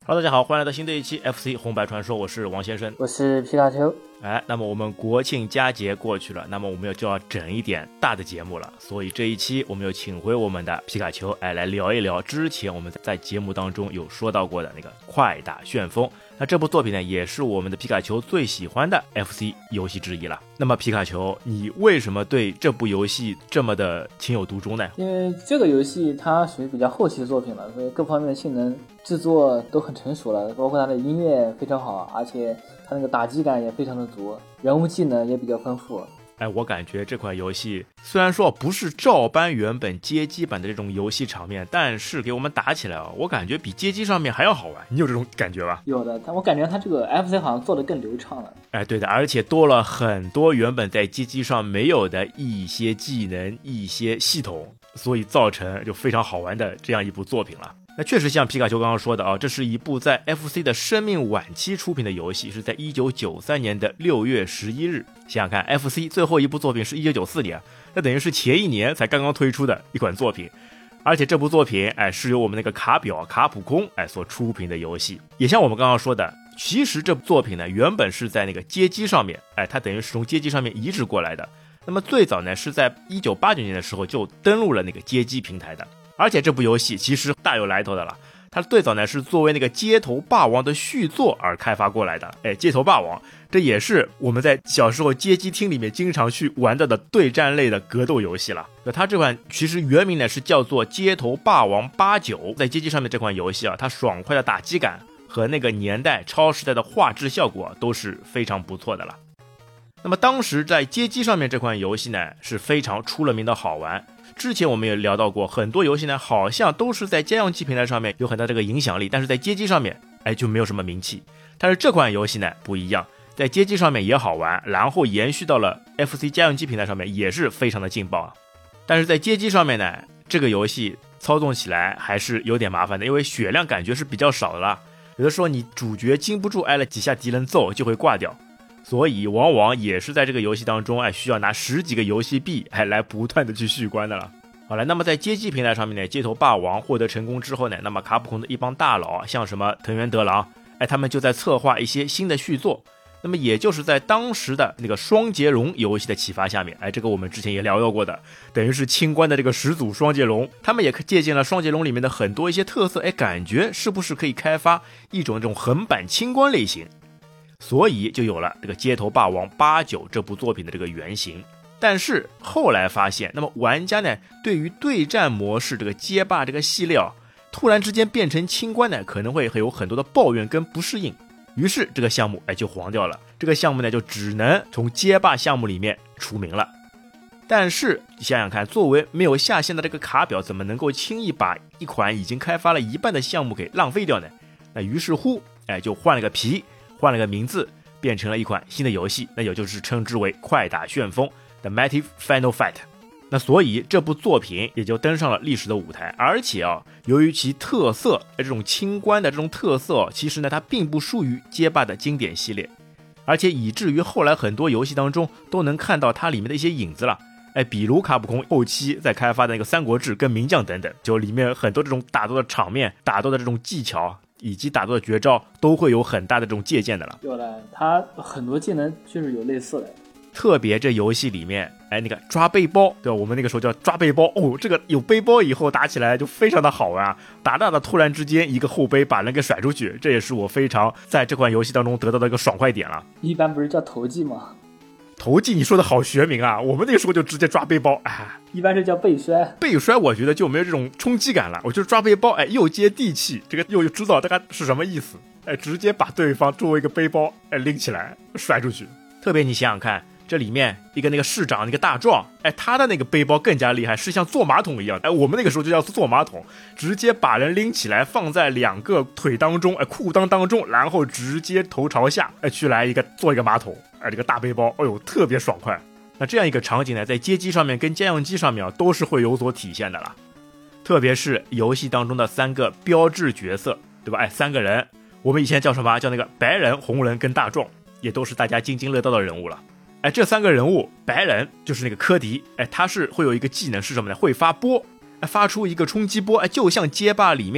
Hello， 大家好，欢迎来到新的一期 FC 红白传说，我是王先生， 我是皮卡丘。 那么我们国庆佳节过去了，那么我们就要整一点大的节目了，所以这一期我们又请回我们的皮卡丘，来聊一聊之前我们在节目当中有说到过的那个快打旋风。那这部作品呢，也是我们的皮卡丘最喜欢的 FC 游戏之一了。那么皮卡丘，你为什么对这部游戏这么的情有独钟呢？ 因为这个游戏它属于比较后期的作品了，所以各方面的性能制作都很成熟了，包括它的音乐非常好，而且它那个打击感也非常的足，人物技能也比较丰富。 我感觉这款游戏虽然说不是照搬原本街机版的这种游戏场面，但是给我们打起来我感觉比街机上面还要好玩。你有这种感觉吧？ 有的，但我感觉它这个 FC 好像做得更流畅了。 对的，而且多了很多原本在街机上没有的一些技能、一些系统，所以造成就非常好玩的这样一部作品了。那确实像皮卡丘刚刚说的这是一部在 FC 的生命晚期出品的游戏，是在1993年的6月11日。想想看 FC 最后一部作品是1994年，那等于是前一年才刚刚推出的一款作品。而且这部作品是由我们那个卡表卡普空所出品的游戏。也像我们刚刚说的，其实这部作品呢原本是在那个街机上面，它等于是从街机上面移植过来的。那么最早呢是在1989年的时候就登陆了那个街机平台的。而且这部游戏其实大有来头的了，它最早呢是作为那个街头霸王的续作而开发过来的。街头霸王这也是我们在小时候街机厅里面经常去玩到的对战类的格斗游戏了。那它这款其实原名呢是叫做街头霸王89，在街机上面这款游戏它爽快的打击感和那个年代超时代的画质效果都是非常不错的了。那么当时在街机上面这款游戏呢是非常出了名的好玩。之前我们也聊到过，很多游戏呢好像都是在家用机平台上面有很大这个影响力，但是在街机上面就没有什么名气。但是这款游戏呢不一样，在街机上面也好玩，然后延续到了 FC 家用机平台上面也是非常的劲爆。但是在街机上面呢，这个游戏操纵起来还是有点麻烦的，因为血量感觉是比较少的了，有的时候你主角经不住挨了几下敌人揍就会挂掉，所以往往也是在这个游戏当中需要拿10几个游戏币来不断的去续关的了。好了，那么在街机平台上面呢，街头霸王获得成功之后呢，那么卡普空的一帮大佬，像什么藤原德郎，他们就在策划一些新的续作。那么也就是在当时的那个双截龙游戏的启发下面，这个我们之前也聊到过的，等于是清关的这个始祖双截龙，他们也借鉴了双截龙里面的很多一些特色，感觉是不是可以开发一种这种横版清关类型，所以就有了这个街头霸王89这部作品的这个原型。但是后来发现，那么玩家呢对于对战模式这个街霸这个系列突然之间变成清关呢，可能会有很多的抱怨跟不适应，于是这个项目就黄掉了，这个项目呢就只能从街霸项目里面除名了。但是想想看，作为没有下线的这个卡表，怎么能够轻易把一款已经开发了一半的项目给浪费掉呢？那于是乎就换了个皮，换了个名字，变成了一款新的游戏，那也就是称之为快打旋风The Mighty Final Fight。 那所以这部作品也就登上了历史的舞台。而且由于其特色，这种清关的这种特色其实呢它并不输于街霸的经典系列，而且以至于后来很多游戏当中都能看到它里面的一些影子了。比如卡普空后期在开发的那个三国志跟名将等等，就里面很多这种打斗的场面、打斗的这种技巧以及打斗的绝招都会有很大的这种借鉴的了。 有的，它很多技能就是有类似的。 特别这游戏里面那个抓背包，对吧？我们那个时候叫抓背包这个有背包以后打起来就非常的好玩打的突然之间一个后背把人给甩出去，这也是我非常在这款游戏当中得到的一个爽快点了。 一般不是叫投技吗？ 投技你说的好学名我们那个时候就直接抓背包一般是叫背摔。 背摔我觉得就没有这种冲击感了，我就抓背包又接地气，这个又知道大概是什么意思直接把对方作为一个背包拎起来甩出去。特别你想想看，这里面一个那个市长那个大壮他的那个背包更加厉害，是像坐马桶一样我们那个时候就叫坐马桶，直接把人拎起来放在两个腿当中裤裆当中，然后直接头朝下去来做一个马桶这个大背包特别爽快。那这样一个场景呢，在街机上面跟家用机上面都是会有所体现的啦。特别是游戏当中的3个标志角色，对吧3个人，我们以前叫什么，叫那个白人、红人跟大壮，也都是大家津津乐道的人物了。这3个人物，白人就是那个科迪，他是会有一个技能是什么呢？会发波，发出一个冲击波，就像街霸里面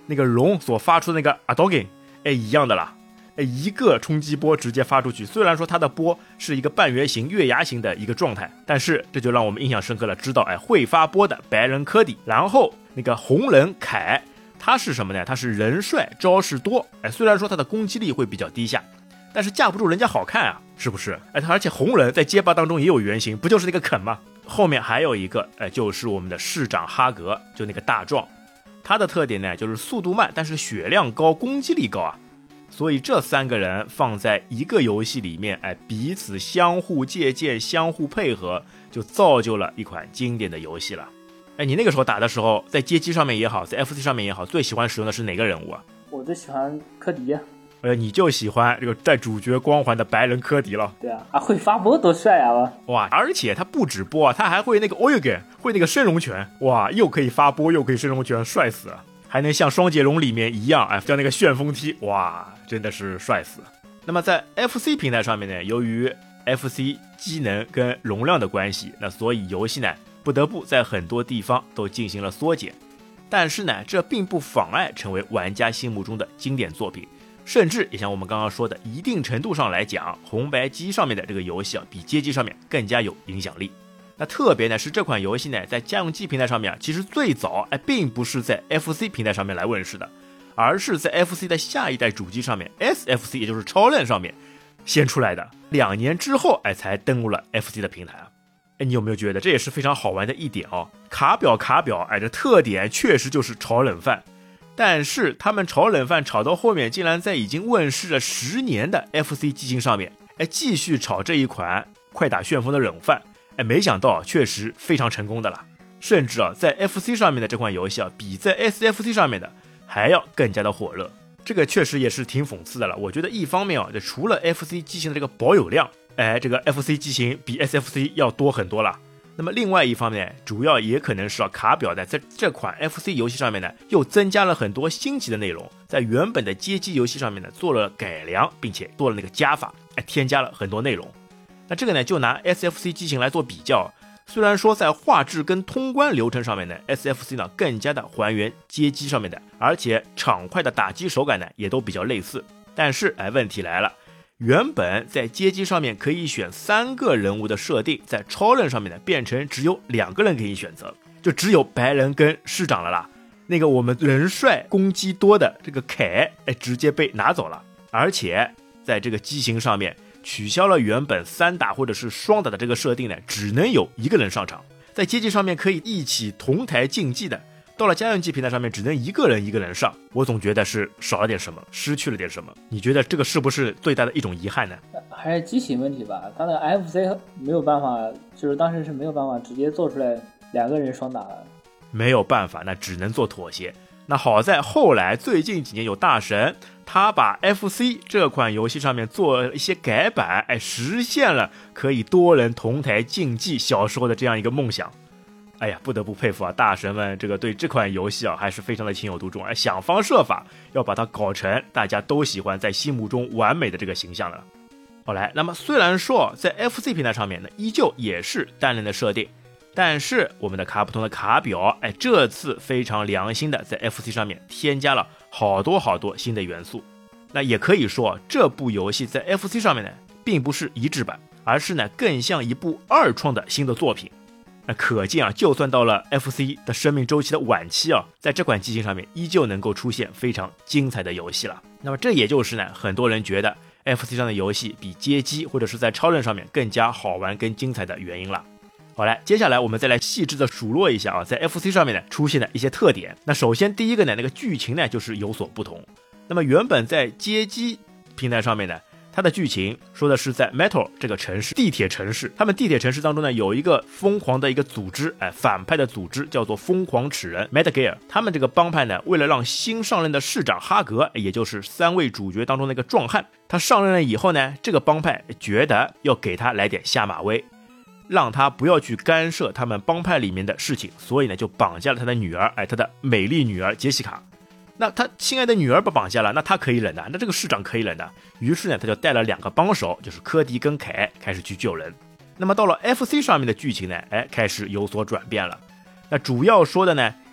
那个龙所发出的那个 Hadouken 一样的啦。一个冲击波直接发出去，虽然说它的波是一个半圆形月牙形的一个状态，但是这就让我们印象深刻了，知道会发波的白人科迪。然后那个红人凯，他是什么呢？他是人帅招式多，虽然说他的攻击力会比较低下，但是架不住人家好看啊，是不是？而且红人在街霸当中也有原型，不就是那个肯吗？后面还有一个就是我们的市长哈格，就那个大壮，他的特点呢就是速度慢，但是血量高，攻击力高啊。所以这三个人放在一个游戏里面，彼此相互借鉴，相互配合，就造就了一款经典的游戏了。你那个时候打的时候，在街机上面也好，在 FC 上面也好，最喜欢使用的是哪个人物啊？ 我最喜欢科迪。 你就喜欢这个带主角光环的白人科迪了。 对啊，会发波多帅啊！ 哇，而且他不止波啊，他还会那个 Oyugen， 会那个升龙拳，哇，又可以发波，又可以升龙拳，帅死了！还能像双截龙里面一样，叫那个旋风踢，哇，真的是帅死了。那么在 FC 平台上面呢，由于 FC 机能跟容量的关系，那所以游戏呢不得不在很多地方都进行了缩减。但是呢，这并不妨碍成为玩家心目中的经典作品，甚至也像我们刚刚说的，一定程度上来讲，红白机上面的这个游戏比街机上面更加有影响力。那特别呢是这款游戏呢，在家用机平台上面其实最早并不是在 FC 平台上面来问世的，而是在 FC 的下一代主机上面 SFC， 也就是超任上面先出来的，2年之后才登陆了 FC 的平台啊。你有没有觉得这也是非常好玩的一点哦？卡表这特点确实就是炒冷饭，但是他们炒冷饭炒到后面，竟然在已经问世了10年的 FC 机型上面继续炒这一款快打旋风的冷饭。没想到确实非常成功的了，甚至在 FC 上面的这款游戏比在 SFC 上面的还要更加的火热。这个确实也是挺讽刺的了。我觉得一方面除了 FC 机型的这个保有量，这个 FC 机型比 SFC 要多很多了。那么另外一方面，主要也可能是卡表的在这款 FC 游戏上面呢，又增加了很多新奇的内容，在原本的街机游戏上面呢做了改良，并且做了那个加法，添加了很多内容。那这个呢，就拿 SFC 机型来做比较，虽然说在画质跟通关流程上面呢 ，SFC 呢更加的还原街机上面的，而且畅快的打击手感呢也都比较类似。但是问题来了，原本在街机上面可以选3个人物的设定，在超任上面呢变成只有2个人可以选择，就只有白人跟市长了啦。那个我们人帅攻击多的这个凯直接被拿走了，而且在这个机型上面取消了原本3打或者是双打的这个设定呢，只能有1个人上场。在街机上面可以一起同台竞技的，到了家用机平台上面只能1个人上，我总觉得是少了点什么，失去了点什么。你觉得这个是不是最大的一种遗憾呢？ 还是机型问题吧，它的 FC 没有办法，就是当时是没有办法直接做出来2个人双打的，没有办法，那只能做妥协。那好在后来最近几年有大神，他把 FC 这款游戏上面做了一些改版，实现了可以多人同台竞技小时候的这样一个梦想。不得不佩服大神们这个对这款游戏还是非常的情有独钟，想方设法要把它搞成大家都喜欢在心目中完美的这个形象了。好来，那么虽然说在 FC 平台上面呢依旧也是单人的设定，但是我们的卡普通的卡表这次非常良心的在 FC 上面添加了好多新的元素。那也可以说这部游戏在 FC 上面呢并不是移植版，而是呢更像一部二创的新的作品。那可见就算到了 FC 的生命周期的晚期在这款机型上面依旧能够出现非常精彩的游戏了。那么这也就是呢很多人觉得 FC 上的游戏比街机或者是在超任上面更加好玩跟精彩的原因了。好来，接下来我们再来细致的数落一下在 FC 上面呢出现的一些特点。那首先第一个呢，那个剧情呢就是有所不同。那么原本在街机平台上面呢，它的剧情说的是在 Metal 这个城市，地铁城市，他们地铁城市当中呢有一个疯狂的一个组织，反派的组织叫做疯狂齿人 Metal Gear。他们这个帮派呢，为了让新上任的市长哈格，也就是3位主角当中那个壮汉，他上任了以后呢，这个帮派觉得要给他来点下马威，让他不要去干涉他们帮派里面的事情，所以呢就绑架了他的女儿，他的美丽女儿杰西卡。那他亲爱的女儿被绑架了，那他可以忍的，那这个市长可以忍的。于是呢，他就带了2个帮手，就是科迪跟凯，开始去救人。那么到了 FC 上面的剧情呢，开始有所转变了。那主要说的呢，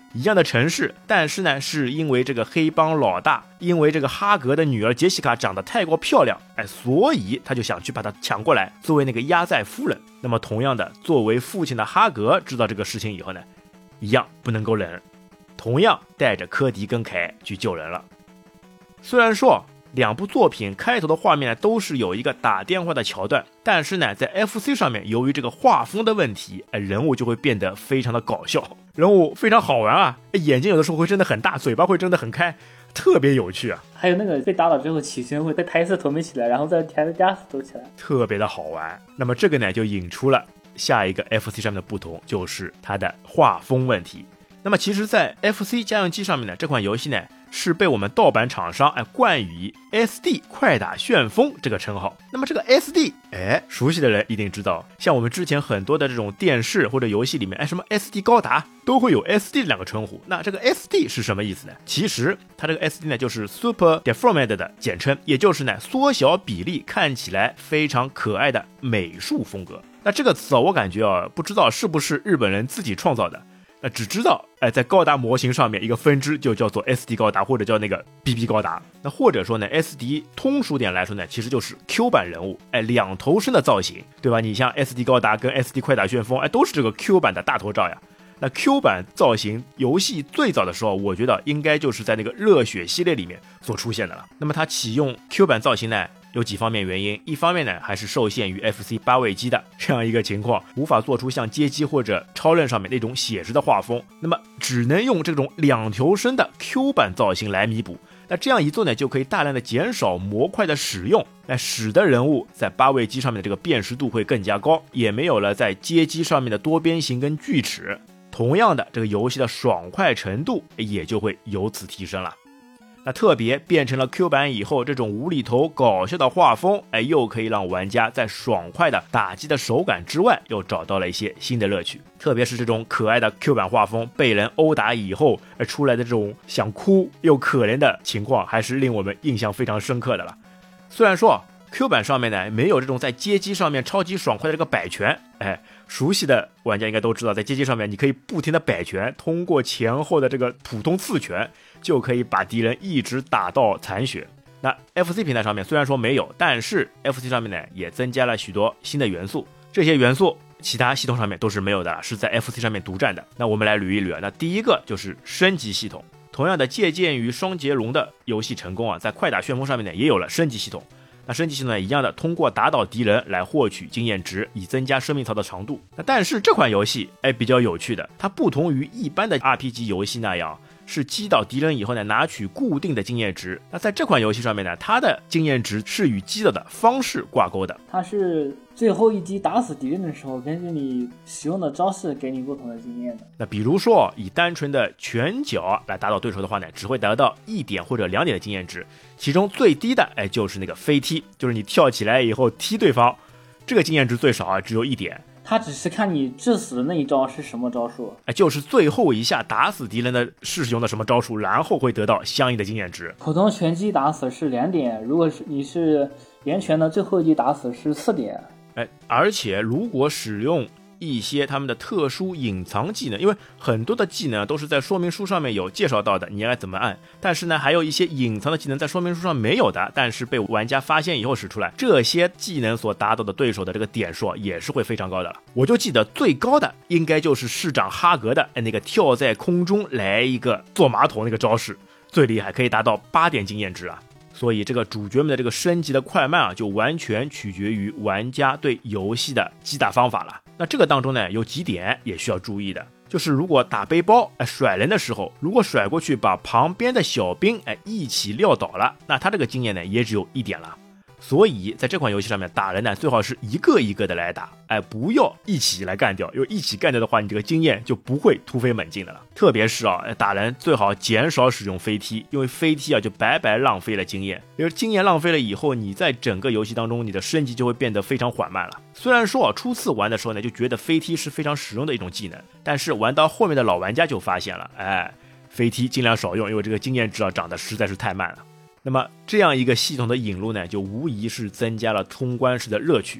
一样的城市，但是呢，是因为这个黑帮老大，因为这个哈格的女儿杰西卡长得太过漂亮，所以他就想去把她抢过来，作为那个压寨夫人。那么同样的，作为父亲的哈格知道这个事情以后呢，一样不能够忍，同样带着科迪跟凯去救人了。虽然说两部作品开头的画面都是有一个打电话的桥段，但是呢，在 FC 上面，由于这个画风的问题，人物就会变得非常的搞笑，人物非常好玩啊，眼睛有的时候会睁得很大，嘴巴会睁得很开，特别有趣啊。 还有那个被打倒之后起身会再抬一次头没起来，然后再抬着家走起来， 特别的好玩。那么这个呢，就引出了下一个 FC 上面的不同，就是它的画风问题。那么其实在 FC 家用机上面呢，这款游戏呢是被我们盗版厂商冠以 SD 快打旋风这个称号。那么这个 SD 熟悉的人一定知道，像我们之前很多的这种电视或者游戏里面什么 SD 高达都会有 SD 这两个称呼。那这个 SD 是什么意思呢？其实它这个 SD 呢就是 Super Deformed 的简称，也就是呢缩小比例看起来非常可爱的美术风格。那这个词我感觉不知道是不是日本人自己创造的，那只知道在高达模型上面一个分支就叫做 SD 高达，或者叫那个 BB 高达。那或者说呢 SD 通俗点来说呢，其实就是 Q 版人物，两头身的造型，对吧？你像 SD 高达跟 SD 快打旋风，都是这个 Q 版的大头照呀。那 Q 版造型游戏最早的时候，我觉得应该就是在那个热血系列里面所出现的了。那么它启用 Q 版造型呢，有几方面原因，一方面呢还是受限于 FC 8位机的这样一个情况，无法做出像街机或者超任上面那种写实的画风，那么只能用这种两头身的 Q 版造型来弥补。那这样一做呢，就可以大量的减少模块的使用，使得人物在8位机上面的这个辨识度会更加高，也没有了在街机上面的多边形跟锯齿。同样的，这个游戏的爽快程度也就会由此提升了。那特别变成了 Q 版以后，这种无厘头搞笑的画风，又可以让玩家在爽快的打击的手感之外，又找到了一些新的乐趣。特别是这种可爱的 Q 版画风被人殴打以后出来的这种想哭又可怜的情况，还是令我们印象非常深刻的了。虽然说Q 版上面呢没有这种在街机上面超级爽快的这个摆拳，熟悉的玩家应该都知道，在街机上面你可以不停的摆拳，通过前后的这个普通刺拳就可以把敌人一直打到残血。那 FC 平台上面虽然说没有，但是 FC 上面呢也增加了许多新的元素，这些元素其他系统上面都是没有的，是在 FC 上面独占的。那我们来捋一捋那第一个就是升级系统，同样的借鉴于双截龙的游戏成功在快打旋风上面呢也有了升级系统。那升级系统呢一样的，通过打倒敌人来获取经验值，以增加生命槽的长度。那但是这款游戏比较有趣的，它不同于一般的 RPG 游戏那样是击倒敌人以后呢拿取固定的经验值。那在这款游戏上面呢，它的经验值是与击倒的方式挂钩的。 它是最后一击打死敌人的时候，根据你使用的招式给你不同的经验的。 那比如说以单纯的拳脚来打倒对手的话呢，只会得到1点或者2点的经验值，其中最低的就是那个飞踢，就是你跳起来以后踢对方，这个经验值最少只有1点。 他只是看你致死的那一招是什么招数， 就是最后一下打死敌人的是使用的什么招数，然后会得到相应的经验值。 普通拳击打死是2点，如果是你是连拳的最后一击打死是4点。 而且如果使用一些他们的特殊隐藏技能，因为很多的技能都是在说明书上面有介绍到的，你应该怎么按，但是呢还有一些隐藏的技能在说明书上没有的，但是被玩家发现以后使出来，这些技能所达到的对手的这个点数也是会非常高的了。我就记得最高的应该就是市长哈格的那个跳在空中来一个坐马桶那个招式最厉害，可以达到8点经验值啊。所以这个主角们的这个升级的快慢就完全取决于玩家对游戏的击打方法了。那这个当中呢有几点也需要注意的，就是如果打背包甩人的时候，如果甩过去把旁边的小兵一起撂倒了，那他这个经验呢也只有1点了。所以在这款游戏上面打人呢，最好是一个一个的来打，不要一起来干掉，因为一起干掉的话，你这个经验就不会突飞猛进的了。特别是打人最好减少使用飞踢，因为飞踢就白白浪费了经验，因为经验浪费了以后，你在整个游戏当中你的升级就会变得非常缓慢了。虽然说初次玩的时候呢，就觉得飞踢是非常实用的一种技能，但是玩到后面的老玩家就发现了，飞踢尽量少用，因为这个经验值涨得实在是太慢了。那么这样一个系统的引入呢，就无疑是增加了通关时的乐趣。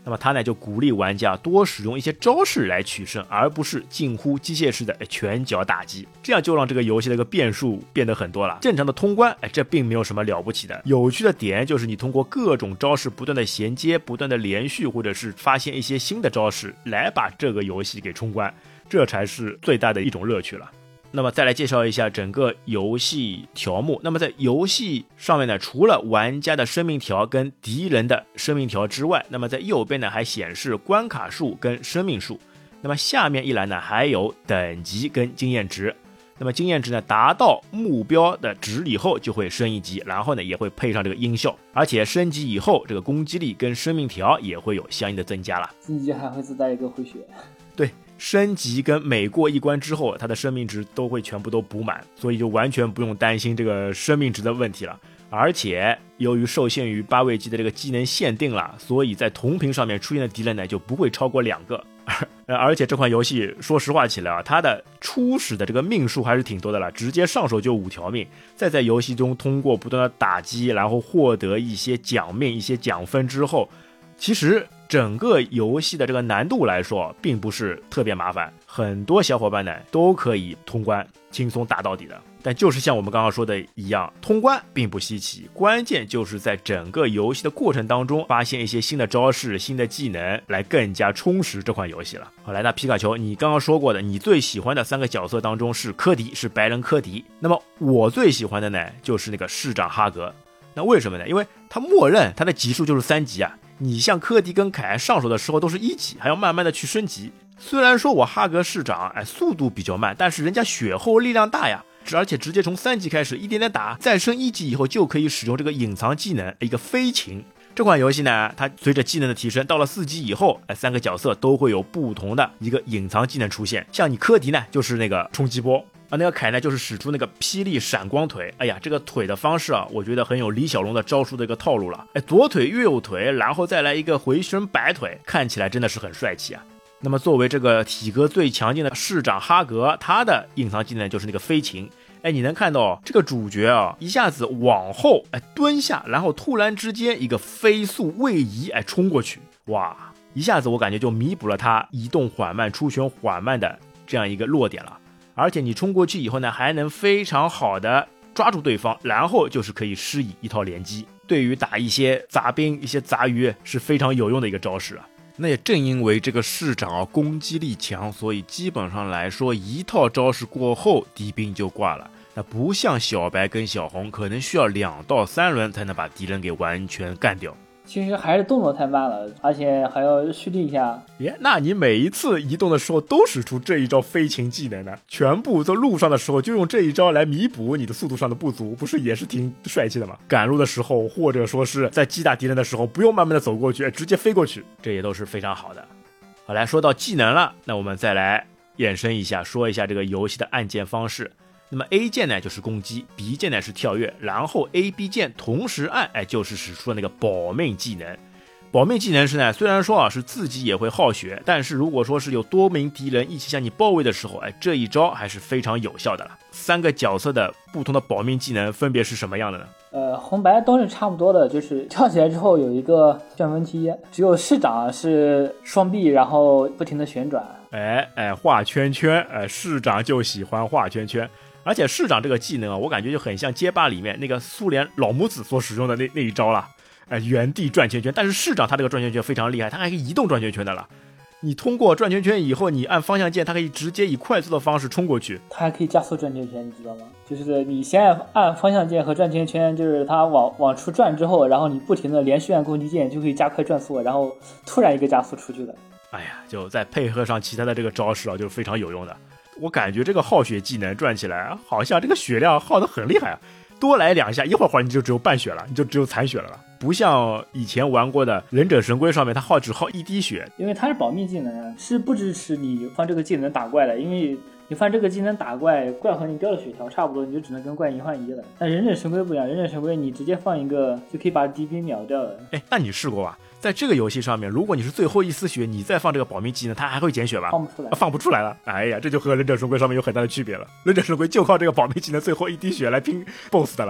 那么他呢就鼓励玩家多使用一些招式来取胜，而不是近乎机械式的拳脚打击，这样就让这个游戏的一个变数变得很多了。正常的通关这并没有什么了不起的，有趣的点就是你通过各种招式不断的衔接，不断的连续，或者是发现一些新的招式来把这个游戏给冲关，这才是最大的一种乐趣了。那么再来介绍一下整个游戏条目。那么在游戏上面呢，除了玩家的生命条跟敌人的生命条之外，那么在右边呢还显示关卡数跟生命数。那么下面一栏呢还有等级跟经验值。那么经验值呢达到目标的值以后就会升一级，然后呢也会配上这个音效，而且升级以后这个攻击力跟生命条也会有相应的增加了。 升级还会自带一个回血。 对，升级跟每过一关之后它的生命值都会全部都补满，所以就完全不用担心这个生命值的问题了。而且由于受限于8位机的这个技能限定了，所以在同屏上面出现的敌人呢就不会超过2个。而且这款游戏说实话起来啊，它的初始的这个命数还是挺多的了，直接上手就5条命，再在游戏中通过不断的打击，然后获得一些奖命、一些奖分之后，其实整个游戏的这个难度来说并不是特别麻烦，很多小伙伴呢都可以通关轻松打到底的。但就是像我们刚刚说的一样，通关并不稀奇，关键就是在整个游戏的过程当中发现一些新的招式、新的技能，来更加充实这款游戏了。好，来，那皮卡丘，你刚刚说过的你最喜欢的3个角色当中是科迪，是白人科迪。那么我最喜欢的呢就是那个市长哈格。那为什么呢？因为他默认他的级数就是3级啊。你像科迪跟凯上手的时候都是1级，还要慢慢的去升级。虽然说我哈格市长速度比较慢，但是人家血厚力量大呀，而且直接从3级开始一点点打，再升1级以后就可以使用这个隐藏技能一个飞禽。这款游戏呢，它随着技能的提升，到了4级以后，3个角色都会有不同的一个隐藏技能出现。像你科迪呢就是那个冲击波，那个凯呢就是使出那个霹雳闪光腿。哎呀，这个腿的方式啊，我觉得很有李小龙的招数的一个套路了。左腿右腿，然后再来一个回旋摆腿，看起来真的是很帅气啊。那么作为这个体格最强劲的市长哈格，他的隐藏技能就是那个飞禽。你能看到这个主角啊，一下子往后蹲下，然后突然之间一个飞速位移冲过去，哇，一下子我感觉就弥补了他移动缓慢、出拳缓慢的这样一个弱点了。而且你冲过去以后呢，还能非常好的抓住对方，然后就是可以施以一套连击，对于打一些杂兵、一些杂鱼是非常有用的一个招式啊。那也正因为这个市长攻击力强，所以基本上来说一套招式过后敌兵就挂了。那不像小白跟小红可能需要2到3轮才能把敌人给完全干掉。 其实还是动作太慢了，而且还要蓄力一下。 那你每一次移动的时候都使出这一招飞禽技能呢？全部在路上的时候就用这一招来弥补你的速度上的不足，不是也是挺帅气的吗？赶路的时候，或者说是在击打敌人的时候，不用慢慢的走过去，直接飞过去，这也都是非常好的。好，来说到技能了，那我们再来延伸一下，说一下这个游戏的按键方式。那么 A 键呢就是攻击， B 键呢是跳跃，然后 A、B 键同时按，就是使出了那个保命技能。保命技能是呢，虽然说是自己也会耗血，但是如果说是有多名敌人一起向你包围的时候，这一招还是非常有效的了。3个角色的不同的保命技能分别是什么样的呢？ 红白都是差不多的，就是跳起来之后有一个旋风踢，只有市长是双臂然后不停的旋转。 画圈圈，市长就喜欢画圈圈。而且市长这个技能我感觉就很像街霸里面那个苏联老母子所使用的那一招了，原地转圈圈。但是市长他这个转圈圈非常厉害，他还可以移动转圈圈的了。你通过转圈圈以后，你按方向键，它可以直接以快速的方式冲过去。 它还可以加速转圈圈，你知道吗？就是你先按方向键和转圈圈，就是它往出转之后，然后你不停的连续按攻击键，就可以加快转速，然后突然一个加速出去的。 就再配合上其他的这个招式就是非常有用的。我感觉这个耗血技能转起来好像这个血量耗得很厉害多来2下，一会儿你就只有半血了，你就只有残血了，不像以前玩过的忍者神龟上面它只耗1滴血。 因为它是保命技能，是不支持你放这个技能打怪的，因为你放这个技能打怪和你掉的血条差不多，你就只能跟怪1换1了。但忍者神龟不一样，忍者神龟你直接放一个就可以把敌兵秒掉了。 那你试过吧？在这个游戏上面，如果你是最后一丝血，你再放这个保命技能，它还会减血吧？放不出来了。这就和忍者神龟上面有很大的区别了。忍者神龟就靠这个保命技能最后1滴血来拼 BOSS 的了。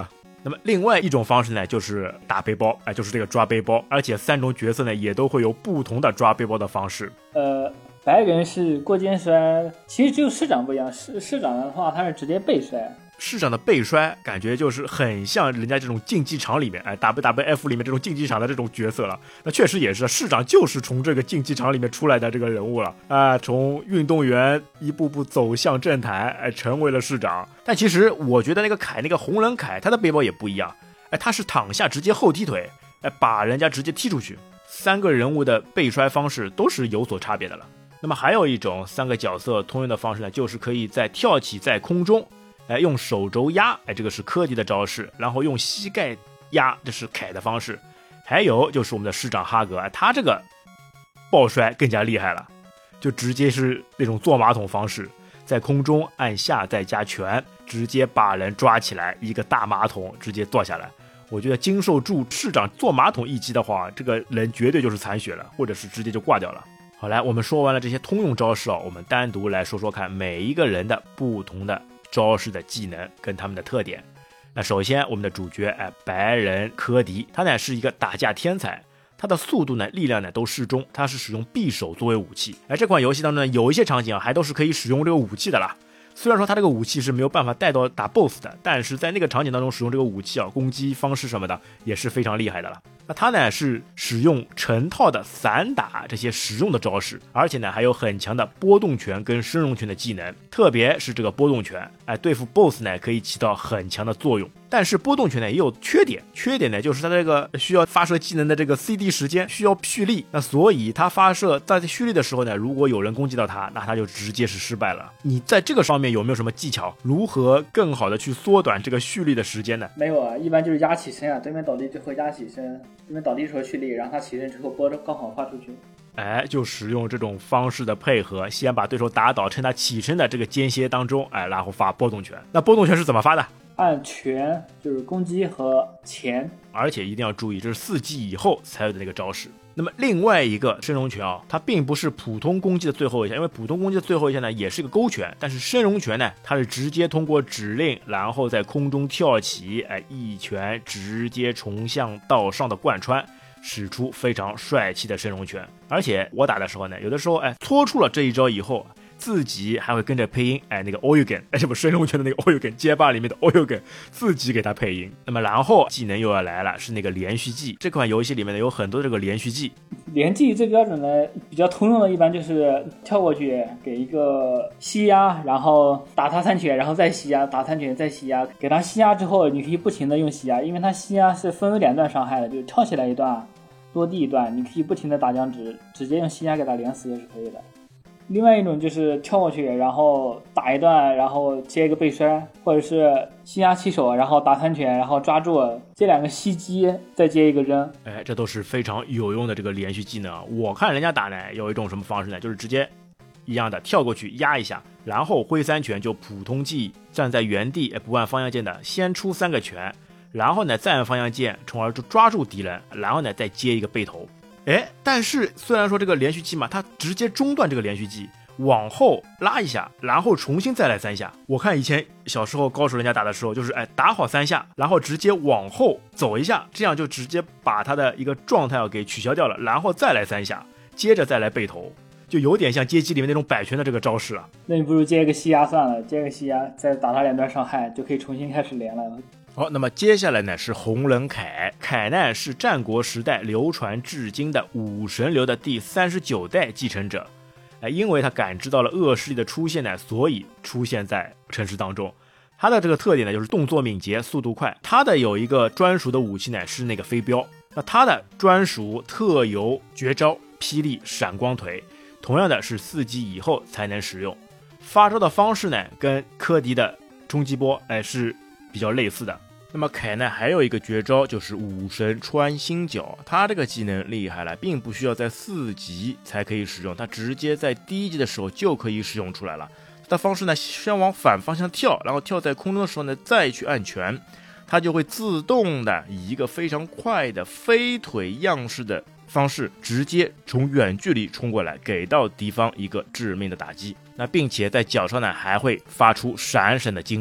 那么另外一种方式呢，就是打背包，就是这个抓背包，而且3种角色呢也都会有不同的抓背包的方式。 白人是过肩摔，其实只有市长不一样，市长的话他是直接背摔。 市长的背摔感觉就是很像人家这种竞技场里面WWF 里面这种竞技场的这种角色了。那确实也是，市长就是从这个竞技场里面出来的这个人物了从运动员一步步走向政坛成为了市长。但其实我觉得那个红人凯他的背包也不一样他是躺下直接后踢腿把人家直接踢出去。3个人物的背摔方式都是有所差别的了。那么还有一种3个角色通用的方式呢，就是可以在跳起在空中用手肘压这个是柯迪的招式，然后用膝盖压，这是凯的方式。还有就是我们的市长哈格他这个抱摔更加厉害了，就直接是那种坐马桶方式，在空中按下再加拳，直接把人抓起来，一个大马桶直接坐下来。我觉得经受住市长坐马桶一击的话，这个人绝对就是残血了，或者是直接就挂掉了。好，来我们说完了这些通用招式我们单独来说说看每一个人的不同的招式的技能跟他们的特点。那首先我们的主角白人柯迪，他呢是一个打架天才，他的速度呢力量呢都适中，他是使用匕首作为武器。这款游戏当中呢有一些场景还都是可以使用这个武器的啦。虽然说他这个武器是没有办法带到打 BOSS 的，但是在那个场景当中使用这个武器攻击方式什么的也是非常厉害的了。那他呢是使用成套的散打这些实用的招式，而且呢还有很强的波动拳跟升龙拳的技能，特别是这个波动拳对付 BOSS 呢可以起到很强的作用。但是波动拳呢也有缺点呢就是它这个需要发射技能的这个 CD 时间需要蓄力，那所以它发射在蓄力的时候呢，如果有人攻击到它，那它就直接是失败了。你在这个上面有没有什么技巧，如何更好的去缩短这个蓄力的时间呢？ 没有一般就是压起身对面倒地之后压起身，对面倒地的时候蓄力，然后他起身之后波刚好发出去。 就使用这种方式的配合，先把对手打倒，趁他起身的这个间歇当中然后发波动拳。那波动拳是怎么发的？ 按拳就是攻击和前， 而且一定要注意，这是4击以后才有的那个招式。那么另外一个升龙拳它并不是普通攻击的最后一下，因为普通攻击的最后一下呢也是个勾拳，但是升龙拳呢它是直接通过指令，然后在空中跳起一拳直接从向到上的贯穿，使出非常帅气的升龙拳。而且我打的时候呢，有的时候搓出了这一招以后，自己还会跟着配音那个 Oyugen 这不升龙拳的那个 Oyugen 街霸里面的 Oyugen 自己给他配音。那么然后技能又要来了，是那个连续技。这款游戏里面呢有很多这个连续技， 连技最标准的比较通用的一般就是跳过去给一个吸压，然后打他3拳，然后再吸压，打3拳再吸压。给他吸压之后你可以不停的用吸压，因为他吸压是分为2段伤害的，就是跳起来一段落地一段，你可以不停的打僵直，直接用吸压给他连死也是可以的。另外一种就是跳过去然后打一段，然后接一个背摔，或者是吸压起手然后打3拳，然后抓住接2个吸击再接一个扔。 这都是非常有用的这个连续技能。我看人家打呢有一种什么方式呢，就是直接一样的跳过去压一下，然后挥3拳，就普通技，站在原地不按方向键的先出3个拳，然后呢再按方向键，从而就抓住敌人，然后呢再接一个背头。但是虽然说这个连续技嘛，它直接中断这个连续技，往后拉一下，然后重新再来3下。我看以前小时候高手人家打的时候，就是打好3下，然后直接往后走一下，这样就直接把他的一个状态给取消掉了，然后再来3下，接着再来背头，就有点像街机里面那种摆拳的这个招式了。 那你不如接一个吸压算了，接个吸压再打他2段伤害，就可以重新开始连了。 好，那么接下来呢是红人凯。凯呢是战国时代流传至今的武神流的第39代继承者。因为他感知到了恶势力的出现呢，所以出现在城市当中。他的这个特点呢就是动作敏捷，速度快。他的有一个专属的武器呢是那个飞镖，那他的专属特有绝招霹雳闪光腿，同样的是4击以后才能使用。发招的方式呢跟柯迪的冲击波是比较类似的。那么凯呢还有一个绝招，就是武神穿心脚。他这个技能厉害了，并不需要在4级才可以使用，他直接在第1级的时候就可以使用出来了。他的方式呢先往反方向跳，然后跳在空中的时候呢再去按拳，它就会自动的以一个非常快的飞腿样式的方式直接从远距离冲过来，给到敌方一个致命的打击。那并且在脚上呢还会发出闪闪的金光，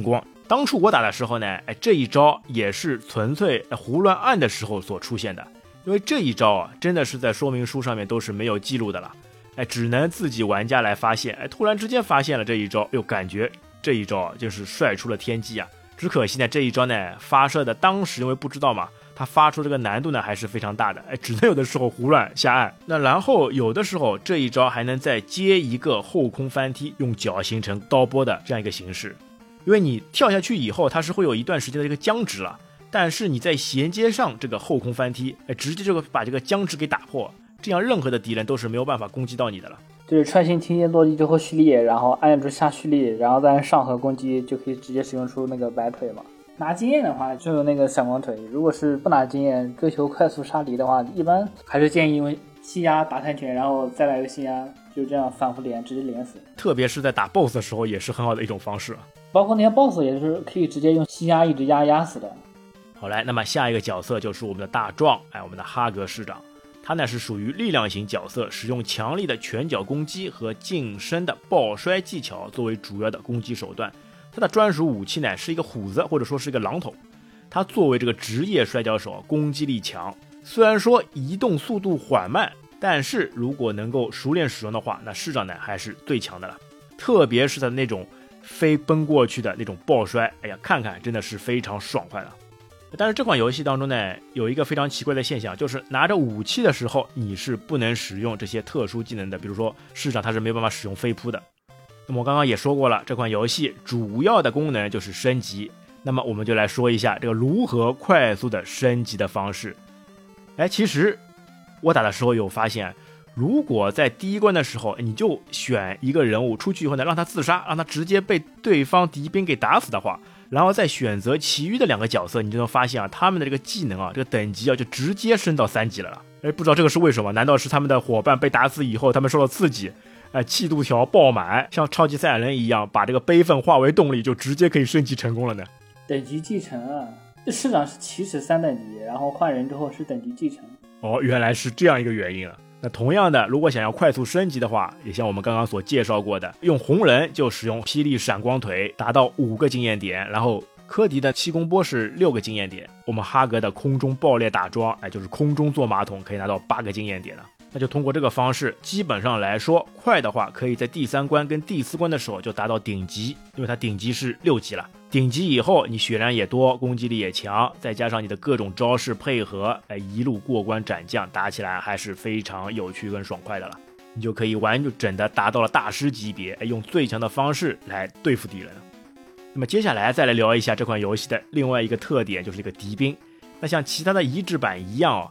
当初我打的时候呢，这一招也是纯粹胡乱按的时候所出现的，因为这一招啊，真的是在说明书上面都是没有记录的了，只能自己玩家来发现，突然之间发现了这一招，感觉这一招就是帅出了天际啊！只可惜呢，这一招呢发射的当时因为不知道嘛，它发出这个难度呢还是非常大的，只能有的时候胡乱瞎按。那然后有的时候这一招还能再接一个后空翻踢，用脚形成刀波的这样一个形式。因为你跳下去以后，它是会有一段时间的这个僵直了，但是你再衔接上这个后空翻踢，直接就把这个僵直给打破，这样任何的敌人都是没有办法攻击到你的了。 就是穿行停阶落地之后蓄力，然后按住下蓄力，然后再按上合攻击，就可以直接使用出那个白腿嘛。拿经验的话就有那个闪光腿，如果是不拿经验追求快速杀敌的话，一般还是建议用吸压打3拳，然后再来个吸压，就这样反复连，直接连死。 特别是在打 BOSS 的时候也是很好的一种方式， 包括那些 BOSS 也是可以直接用吸压一直压死的。 好来，那么下一个角色就是我们的大壮，我们的哈格市长。他呢是属于力量型角色，使用强力的拳脚攻击和近身的抱摔技巧作为主要的攻击手段。他的专属武器呢是一个虎子，或者说是一个榔头。他作为这个职业摔跤手，攻击力强，虽然说移动速度缓慢，但是如果能够熟练使用的话，那市长呢还是最强的了。特别是他的那种飞奔过去的那种抱摔，看看真的是非常爽快了。但是这款游戏当中呢，有一个非常奇怪的现象，就是拿着武器的时候你是不能使用这些特殊技能的，比如说市长他是没办法使用飞扑的。那么我刚刚也说过了，这款游戏主要的功能就是升级，那么我们就来说一下这个如何快速的升级的方式。其实我打的时候有发现，如果在第一关的时候你就选一个人物出去以后呢，让他自杀，让他直接被对方敌兵给打死的话，然后再选择其余的2个角色，你就能发现他们的这个技能这个等级就直接升到3级了。不知道这个是为什么？难道是他们的伙伴被打死以后，他们受到刺激，气度条爆满，像超级赛亚人一样，把这个悲愤化为动力，就直接可以升级成功了呢？ 等级继承啊，这市长是起始3等级，然后换人之后是等级继承。 原来是这样一个原因啊。那同样的，如果想要快速升级的话，也像我们刚刚所介绍过的，用红人就使用霹雳闪光腿达到5个经验点，然后科迪的气功波是6个经验点，我们哈格的空中爆裂打桩，就是空中坐马桶可以拿到8个经验点了。那就通过这个方式，基本上来说，快的话可以在第3关跟第4关的时候就达到顶级，因为它顶级是6级了。顶级以后，你血量也多，攻击力也强，再加上你的各种招式配合，一路过关斩将，打起来还是非常有趣跟爽快的了。你就可以完整的达到了大师级别，用最强的方式来对付敌人。那么接下来再来聊一下这款游戏的另外一个特点，就是这个敌兵。那像其他的移植版一样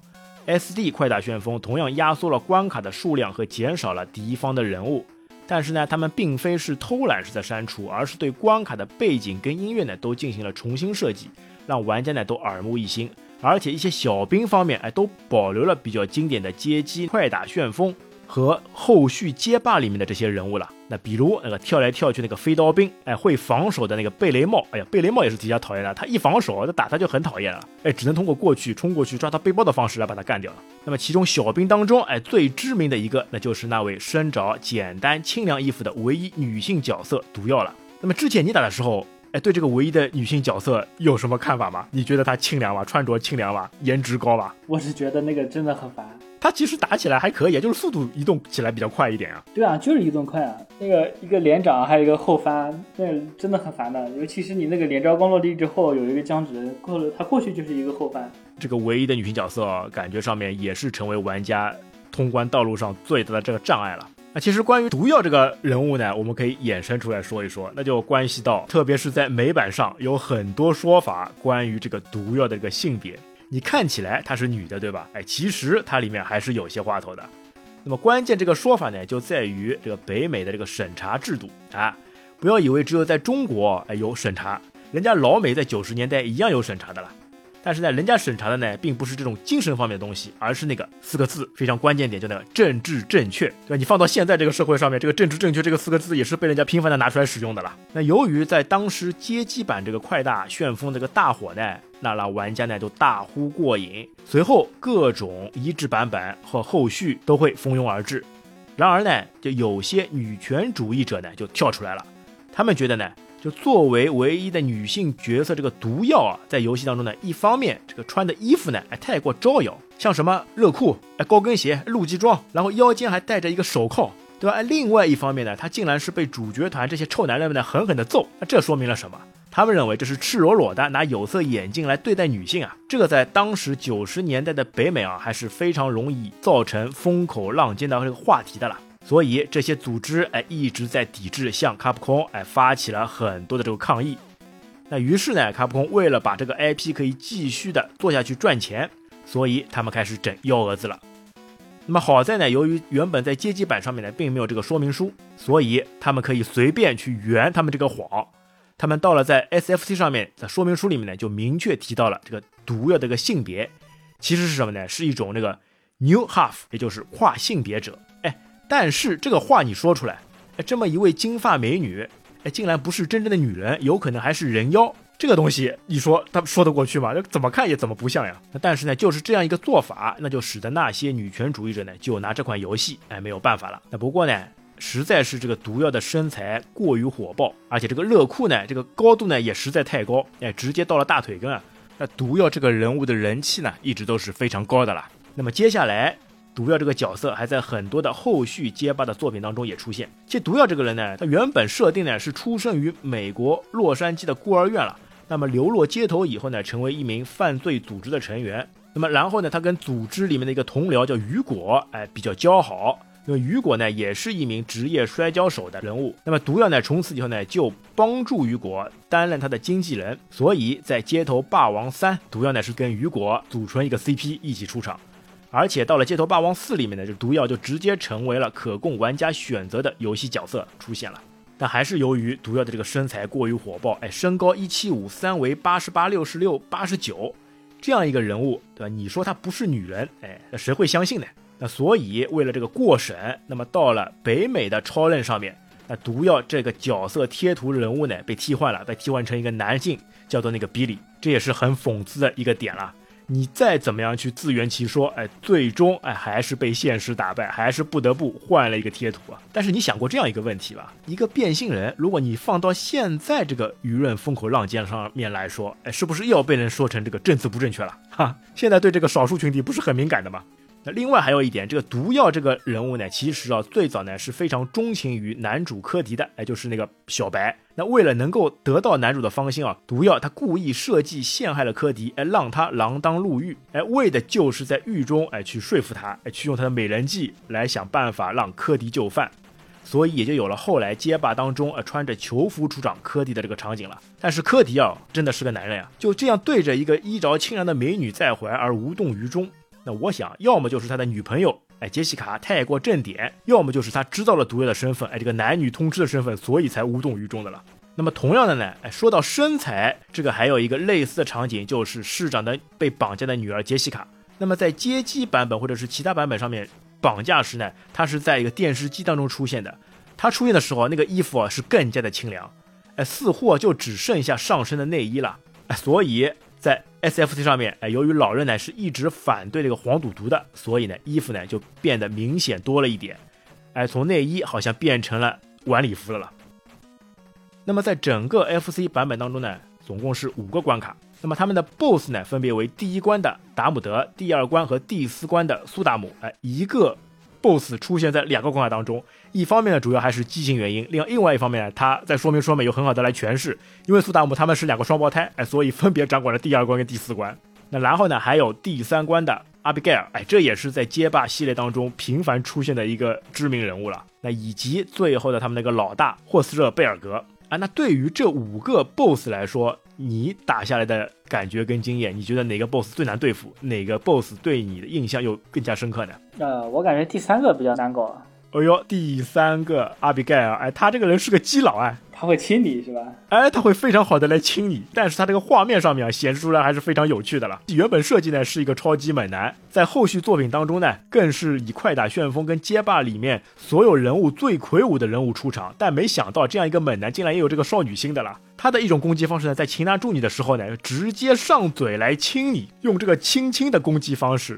SD 快打旋风同样压缩了关卡的数量和减少了敌方的人物，但是呢，他们并非是偷懒式的删除，而是对关卡的背景跟音乐呢都进行了重新设计，让玩家呢都耳目一新。而且一些小兵方面都保留了比较经典的街机快打旋风和后续街霸里面的这些人物了。那比如那个跳来跳去那个飞刀兵，会防守的那个贝雷帽，贝雷帽也是比较讨厌的，他一防守打他就很讨厌了，只能通过冲过去抓他背包的方式来把他干掉了。那么其中小兵当中最知名的一个，那就是那位身着简单清凉衣服的唯一女性角色毒药了。那么之前你打的时候对这个唯一的女性角色有什么看法吗？你觉得她清凉吗？穿着清凉吗？颜值高吧？ 我是觉得那个真的很烦。 她其实打起来还可以，就是速度移动起来比较快一点啊。 对啊，就是移动快啊。那个一个连掌还有一个后翻，那真的很烦的。尤其是你那个连招刚落地之后有一个僵直，它过去就是一个后翻。这个唯一的女性角色感觉上面也是成为玩家通关道路上最大的这个障碍了。那其实关于毒药这个人物呢，我们可以衍生出来说一说，那就关系到特别是在美版上有很多说法关于这个毒药的这个性别。你看起来她是女的对吧？其实它里面还是有些话头的。那么关键这个说法呢，就在于这个北美的这个审查制度不要以为只有在中国有审查，人家老美在90年代一样有审查的了。但是呢，人家审查的呢，并不是这种精神方面的东西，而是那个4个字非常关键点，就那个政治正确，对吧？你放到现在这个社会上面，这个政治正确这个4个字也是被人家频繁的拿出来使用的了。那由于在当时街机版这个快打旋风这个大火呢，那让玩家呢都大呼过瘾，随后各种移植版本和后续都会蜂拥而至。然而呢，就有些女权主义者呢就跳出来了，他们觉得呢， 就作为唯一的女性角色，这个毒药啊，在游戏当中呢，一方面这个穿的衣服呢，太过招摇，像什么热裤、高跟鞋、露脐装，然后腰间还戴着一个手铐，对吧？另外一方面呢，她竟然是被主角团这些臭男人们呢狠狠的揍，那这说明了什么？他们认为这是赤裸裸的拿有色眼镜来对待女性啊，这个在当时90年代的北美啊，还是非常容易造成风口浪尖的这个话题的了。所以这些组织一直在抵制，向卡普空发起了很多的这个抗议。那于是呢，卡普空为了把这个 IP 可以继续的做下去赚钱，所以他们开始整幺蛾子了。那么好在呢，由于原本在街机版上面呢并没有这个说明书，所以他们可以随便去圆他们这个谎。他们到了在 SFC 上面，在说明书里面呢就明确提到了这个毒药这个性别其实是什么呢？是一种那个 new half， 也就是跨性别者。但是这个话你说出来，这么一位金发美女，竟然不是真正的女人，有可能还是人妖，这个东西你说他说得过去吗？怎么看也怎么不像呀。但是呢，就是这样一个做法，那就使得那些女权主义者呢，就拿这款游戏没有办法了。那不过呢，实在是这个毒药的身材过于火爆，而且这个热裤呢，这个高度呢也实在太高，直接到了大腿根啊。那毒药这个人物的人气呢，一直都是非常高的了。那么接下来毒药这个角色还在很多的后续街霸的作品当中也出现。其实毒药这个人呢，他原本设定呢是出生于美国洛杉矶的孤儿院了，那么流落街头以后呢，成为一名犯罪组织的成员。那么然后呢，他跟组织里面的一个同僚叫雨果，比较交好。因为雨果呢也是一名职业摔跤手的人物，那么毒药呢从此以后呢就帮助雨果担任他的经纪人，所以在街头霸王3，毒药呢是跟雨果组成一个 CP 一起出场。而且到了街头霸王4里面呢，就毒药就直接成为了可供玩家选择的游戏角色出现了。但还是由于毒药的这个身材过于火爆，身高175，三围88、66、89，这样一个人物，对吧？你说他不是女人，那谁会相信呢？那所以为了这个过审，那么到了北美的超任上面，那毒药这个角色贴图人物呢被替换了，被替换成一个男性，叫做那个 Billy， 这也是很讽刺的一个点了。你再怎么样去自圆其说，最终还是被现实打败，还是不得不换了一个贴图啊。但是你想过这样一个问题吧？一个变性人，如果你放到现在这个舆论风口浪尖上面来说，是不是又要被人说成这个政治不正确了？现在对这个少数群体不是很敏感的吗？那另外还有一点，这个毒药这个人物呢，其实最早呢是非常钟情于男主柯迪的，就是那个小白。那为了能够得到男主的芳心啊，毒药他故意设计陷害了柯迪，让他锒铛入狱，为的就是在狱中去说服他，去用他的美人计来想办法让柯迪就范。所以也就有了后来街霸当中穿着囚服出场柯迪的这个场景了。但是柯迪真的是个男人呀，就这样对着一个衣着清凉的美女在怀而无动于衷。那我想，要么就是他的女朋友杰西卡太过正点，要么就是他知道了毒药的身份，这个男女通吃的身份，所以才无动于衷的了。那么同样的呢，说到身材，这个还有一个类似的场景，就是市长的被绑架的女儿杰西卡。那么在街机版本或者是其他版本上面绑架时呢，她是在一个电视机当中出现的。她出现的时候，那个衣服是更加的清凉，似乎就只剩下上身的内衣了。所以在 SFC 上面，由于老任呢是一直反对这个黄赌毒的，所以呢衣服呢就变得明显多了一点，从内衣好像变成了晚礼服了。那么在整个 FC 版本当中呢，总共是5个关卡。那么他们的 BOSS 呢，分别为第1关的达姆德，第2关和第4关的苏达姆。一个 BOSS 出现在2个关卡当中，一方面呢主要还是机型原因，另外一方面呢，他在说明书上面有很好的来诠释，因为苏达姆他们是2个双胞胎，所以分别掌管了第2关跟第4关。那然后呢还有第3关的阿比盖尔，这也是在街霸系列当中频繁出现的一个知名人物了。那以及最后的他们那个老大霍斯热贝尔格。那对于这5个 BOSS 来说，你打下来的感觉跟经验，你觉得哪个 BOSS 最难对付，哪个 BOSS 对你的印象又更加深刻呢？ 我感觉第3个比较难搞。 第3个阿比盖尔，他这个人是个基佬， 他会亲你是吧？ 他会非常好的来亲你，但是他这个画面上面显示出来还是非常有趣的了。原本设计呢是一个超级猛男，在后续作品当中呢，更是以快打旋风跟街霸里面所有人物最魁梧的人物出场，但没想到这样一个猛男竟然也有这个少女心的了。他的一种攻击方式呢，在擒拿住你的时候呢，直接上嘴来亲你，用这个轻轻的攻击方式。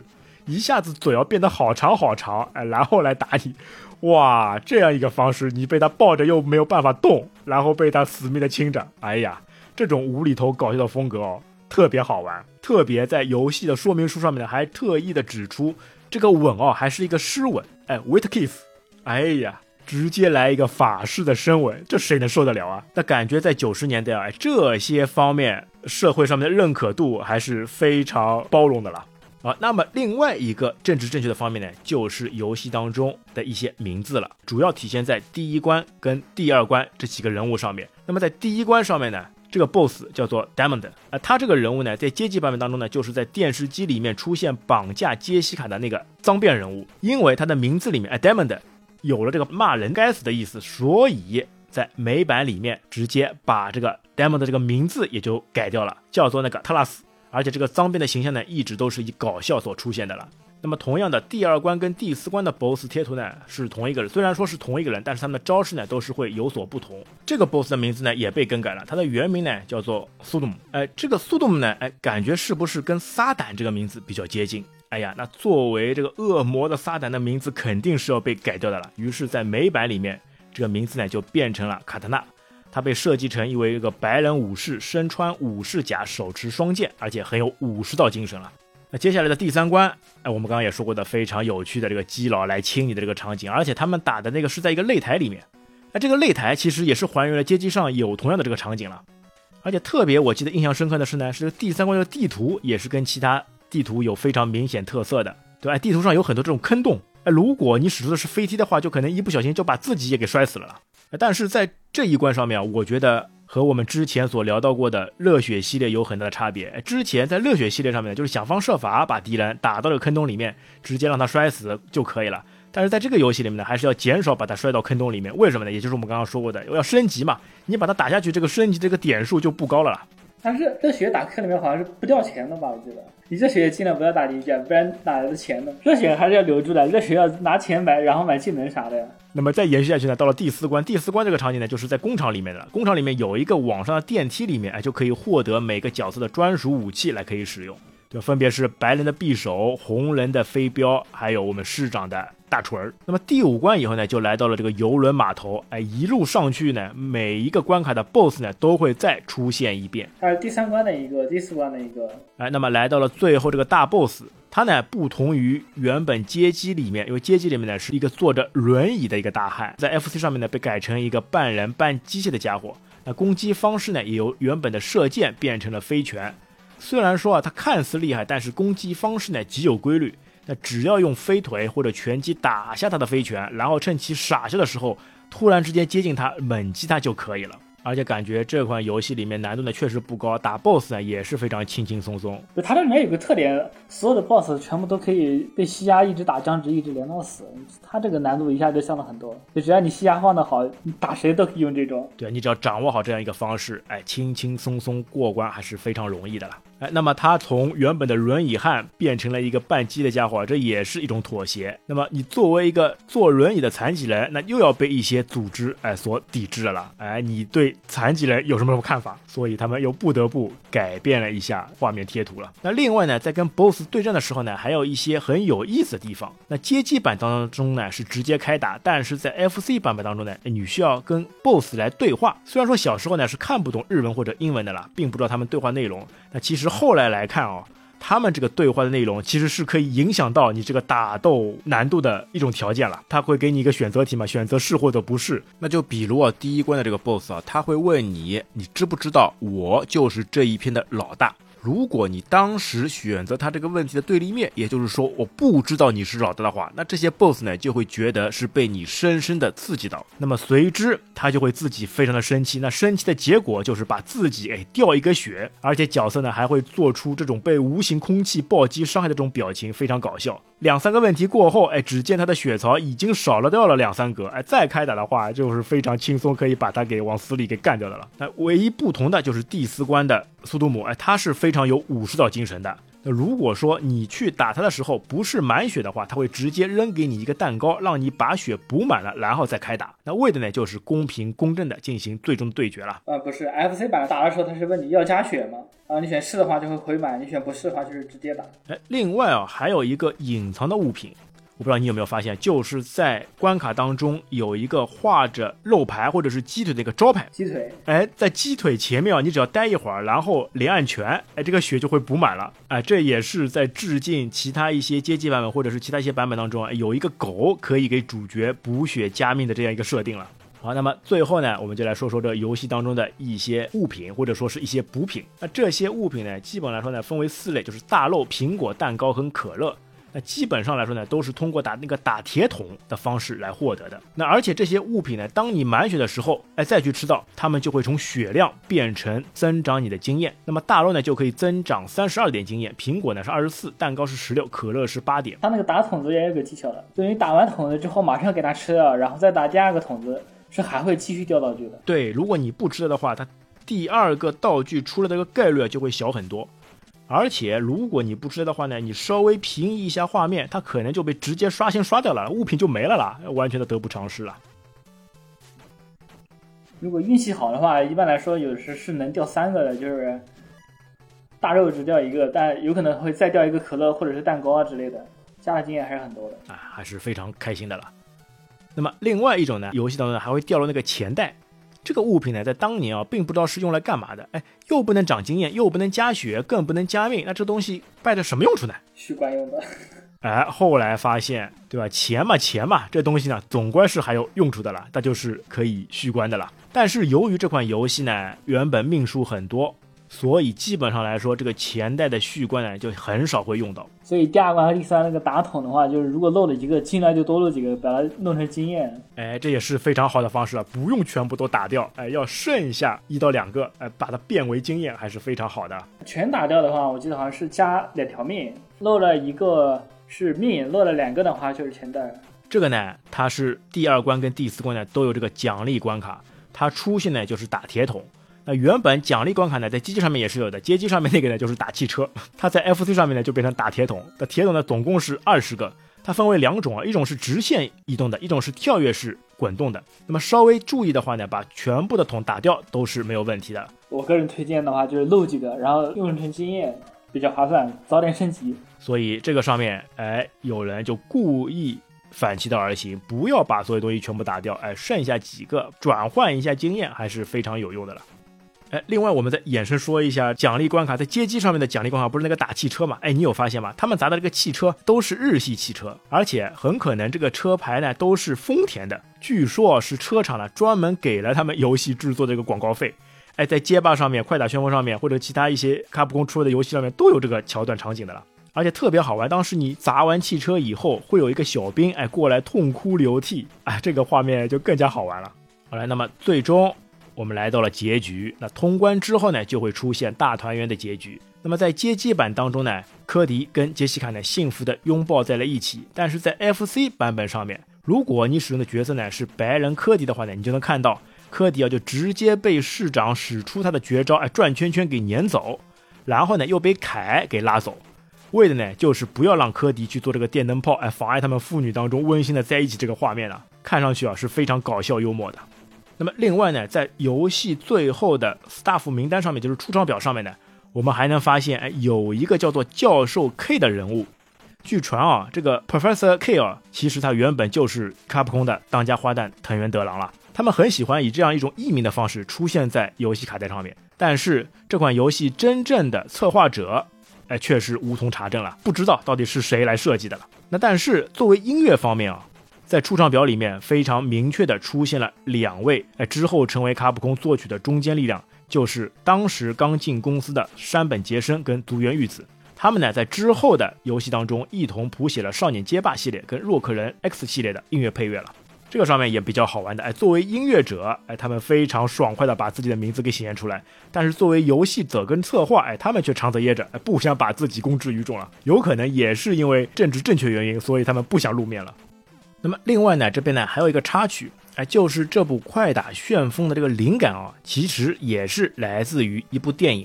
一下子嘴要变得好长好长，然后来打你。哇，这样一个方式，你被他抱着又没有办法动，然后被他死命的亲着，哎呀，这种无厘头搞笑的风格特别好玩。特别在游戏的说明书上面呢，还特意的指出这个吻还是一个湿吻，wet kiss， 哎呀，直接来一个法式的深吻，这谁能受得了啊？那感觉在90年代这些方面社会上面的认可度还是非常包容的了。那么另外一个政治正确的方面呢，就是游戏当中的一些名字了，主要体现在第一关跟第二关这几个人物上面。那么在第一关上面呢，这个 BOSS 叫做 Diamond，他这个人物呢，在街机版本当中呢，就是在电视机里面出现绑架杰西卡的那个脏辫人物，因为他的名字里面Diamond 有了这个骂人该死的意思，所以在美版里面直接把这个 Diamond 的这个名字也就改掉了，叫做那个特拉斯。而且这个脏辫的形象呢，一直都是以搞笑所出现的了。那么同样的，第二关跟第4关的 BOSS 贴图呢是同一个人，虽然说是同一个人，但是他们的招式呢都是会有所不同。这个 BOSS 的名字呢也被更改了，他的原名呢叫做苏杜姆。这个苏杜姆呢，感觉是不是跟撒旦这个名字比较接近？哎呀，那作为这个恶魔的撒旦的名字肯定是要被改掉的了。于是，在美版里面，这个名字呢就变成了卡塔纳。他被设计成一位白人武士，身穿武士甲，手持双剑，而且很有武士道精神了。那接下来的第3关，我们刚刚也说过的非常有趣的这个基佬来亲你的这个场景，而且他们打的那个是在一个擂台里面。这个擂台其实也是还原了街机上有同样的这个场景了。而且特别我记得印象深刻的是呢，是第3关的地图也是跟其他地图有非常明显特色的，对吧？地图上有很多这种坑洞，如果你使出的是飞踢的话，就可能一不小心就把自己也给摔死了。但是在这一关上面，我觉得和我们之前所聊到过的热血系列有很大的差别。之前在热血系列上面就是想方设法把敌人打到这个坑洞里面，直接让他摔死就可以了。但是在这个游戏里面呢，还是要减少把他摔到坑洞里面。为什么呢？也就是我们刚刚说过的，要升级嘛，你把他打下去，这个升级这个点数就不高了啦。 但是热血打坑里面好像是不掉钱的吧？我记得你热血尽量不要打第一卷，不然哪来的钱呢？热血还是要留住的，热血要拿钱买，然后买技能啥的呀。 那么再延续下去呢，到了第4关，第4关这个场景呢，就是在工厂里面的。工厂里面有一个往上的电梯里面，就可以获得每个角色的专属武器来可以使用，就分别是白人的匕首、红人的飞镖，还有我们市长的大锤。那么第5关以后呢，就来到了这个邮轮码头，一路上去呢，每一个关卡的 BOSS 呢都会再出现一遍。 还有第3关的一个，第4关的一个。 那么来到了最后这个大 BOSS， 它呢不同于原本街机里面，因为街机里面呢是一个坐着轮椅的一个大汉，在 FC 上面呢被改成一个半人半机械的家伙。那攻击方式呢也由原本的射箭变成了飞拳。虽然说它看似厉害，但是攻击方式呢极有规律。那只要用飞腿或者拳击打下他的飞拳，然后趁其傻笑的时候突然之间接近他，猛击他就可以了。而且感觉这款游戏里面难度呢确实不高，打 BOSS 呢也是非常轻轻松松。 它这里面有个特点，所有的 BOSS 全部都可以被吸压一直打僵直一直连到死，它这个难度一下就降了很多。就只要你吸压放得好，你打谁都可以用这种。 对，你只要掌握好这样一个方式，轻轻松松过关还是非常容易的了。那么他从原本的轮椅汉变成了一个半机的家伙，这也是一种妥协。那么你作为一个坐轮椅的残疾人，那又要被一些组织所抵制了。你对残疾人有什么看法？所以他们又不得不改变了一下画面贴图了。那另外呢，在跟 BOSS 对战的时候呢，还有一些很有意思的地方。那街机版当中呢是直接开打，但是在 FC 版本当中呢，你需要跟 BOSS 来对话。虽然说小时候呢是看不懂日文或者英文的啦，并不知道他们对话内容，那其实后来看他们这个对话的内容其实是可以影响到你这个打斗难度的一种条件了。他会给你一个选择题嘛，选择是或者不是。那就比如第一关的这个 BOSS 他会问你知不知道我就是这一片的老大。如果你当时选择他这个问题的对立面，也就是说我不知道你是老大的话，那这些 BOSS 呢就会觉得是被你深深的刺激到，那么随之他就会自己非常的生气。那生气的结果就是把自己掉一个血，而且角色呢还会做出这种被无形空气暴击伤害的这种表情，非常搞笑。2-3个问题过后，只见他的血槽已经少了掉了2-3格，再开打的话就是非常轻松可以把他给往死里给干掉的了。那唯一不同的就是第4关的苏杜姆，他是非常有武士道精神的。 那如果说你去打它的时候不是满血的话，它会直接扔给你一个蛋糕，让你把血补满了，然后再开打。那为的呢就是公平公正的进行最终对决了。 不是 FC 版打的时候，它是问你要加血吗？你选是的话就会回满，你选不是的话就是直接打。 另外还有一个隐藏的物品。我不知道你有没有发现，就是在关卡当中有一个画着肉排或者是鸡腿的一个招牌。 鸡腿， 在鸡腿前面你只要待一会儿，然后连按拳，这个血就会补满了。这也是在致敬其他一些街机版本或者是其他一些版本当中有一个狗可以给主角补血加命的这样一个设定了。好，那么最后呢，我们就来说说这游戏当中的一些物品或者说是一些补品。那这些物品呢，基本来说呢分为4类，就是大肉、苹果、蛋糕和可乐。那基本上来说呢，都是通过打铁桶的方式来获得的。那而且这些物品呢，当你满血的时候，再去吃到，它们就会从血量变成增长你的经验。那么大肉呢就可以增长32点经验，苹果呢是24，蛋糕是16，可乐是8点。 它那个打桶子也有个技巧的，就是你打完桶子之后马上给它吃掉，然后再打第2个桶子，是还会继续掉道具的。 对，如果你不吃了的话，它第2个道具出了这个概率就会小很多。而且如果你不知道的话呢，你稍微平移一下画面，它可能就被直接刷新刷掉了，物品就没了啦，完全的得不偿失了。 如果运气好的话，一般来说有时是能掉3个的，就是大肉只掉1个，但有可能会再掉1个可乐或者是蛋糕之类的，加的经验还是很多的还是非常开心的了。那么另外一种呢，游戏当中还会掉落那个钱袋。这个物品呢，在当年并不知道是用来干嘛的，又不能长经验，又不能加血，更不能加命，那这东西摆着什么用处呢？ 续关用的。 后来发现，对吧？钱嘛，这东西呢，总归是还有用处的了，那就是可以续关的了。但是由于这款游戏呢，原本命数很多，所以基本上来说，这个钱袋的续关呢，就很少会用到。 所以第2关和第3那个打桶的话，就是如果漏了几个，尽量就多漏几个，把它弄成经验。 这也是非常好的方式了，不用全部都打掉，要剩下1到2个，把它变为经验，还是非常好的。 全打掉的话，我记得好像是加2条命，漏了1个是命，漏了2个的话就是钱袋。 这个呢，它是第2关跟第4关呢都有这个奖励关卡，它出现呢就是打铁桶。那原本奖励关卡呢，在街机上面也是有的，街机上面那个呢就是打汽车，它在 FC 上面呢就变成打铁桶。那铁桶呢总共是20个，它分为2种一种是直线移动的，一种是跳跃式滚动的。那么稍微注意的话呢，把全部的桶打掉都是没有问题的。 我个人推荐的话就是漏几个，然后用成经验，比较划算，早点升级。 所以这个上面有人就故意反其道而行，不要把所有东西全部打掉，剩下几个转换一下经验还是非常有用的了。另外我们再衍生说一下奖励关卡，在街机上面的奖励关卡不是那个打汽车嘛？你有发现吗？他们砸的这个汽车都是日系汽车，而且很可能这个车牌呢都是丰田的，据说是车厂呢专门给了他们游戏制作这个广告费。在街霸上面、快打旋风上面或者其他一些卡普空出的游戏上面都有这个桥段场景的了。而且特别好玩，当时你砸完汽车以后会有一个小兵过来痛哭流涕，这个画面就更加好玩了。好了，那么最终我们来到了结局，那通关之后呢就会出现大团圆的结局。那么在街机版当中呢，科迪跟杰西卡呢幸福的拥抱在了一起，但是在 FC 版本上面，如果你使用的角色呢是白人科迪的话呢，你就能看到科迪就直接被市长使出他的绝招转圈圈给撵走，然后呢又被凯给拉走，为的呢就是不要让科迪去做这个电灯泡，妨碍他们父女当中温馨的在一起这个画面了，看上去是非常搞笑幽默的。那么另外呢，在游戏最后的 staff 名单上面，就是出场表上面呢，我们还能发现有一个叫做教授 K 的人物。据传这个 Professor K 其实他原本就是卡普空的当家花旦藤原德郎了。他们很喜欢以这样一种艺名的方式出现在游戏卡带上面，但是这款游戏真正的策划者确实无从查证了，不知道到底是谁来设计的了。那但是作为音乐方面在出场表里面非常明确的出现了2位之后成为卡普空作曲的中坚力量，就是当时刚进公司的山本杰生跟足原裕子。他们呢在之后的游戏当中一同谱写了少年街霸系列跟洛克人 X 系列的音乐配乐了。这个上面也比较好玩的作为音乐者他们非常爽快的把自己的名字给显现出来，但是作为游戏者跟策划他们却藏着掖着不想把自己公之于众了，有可能也是因为政治正确原因，所以他们不想露面了。那么另外呢，这边呢还有一个插曲就是这部快打旋风的这个灵感其实也是来自于一部电影。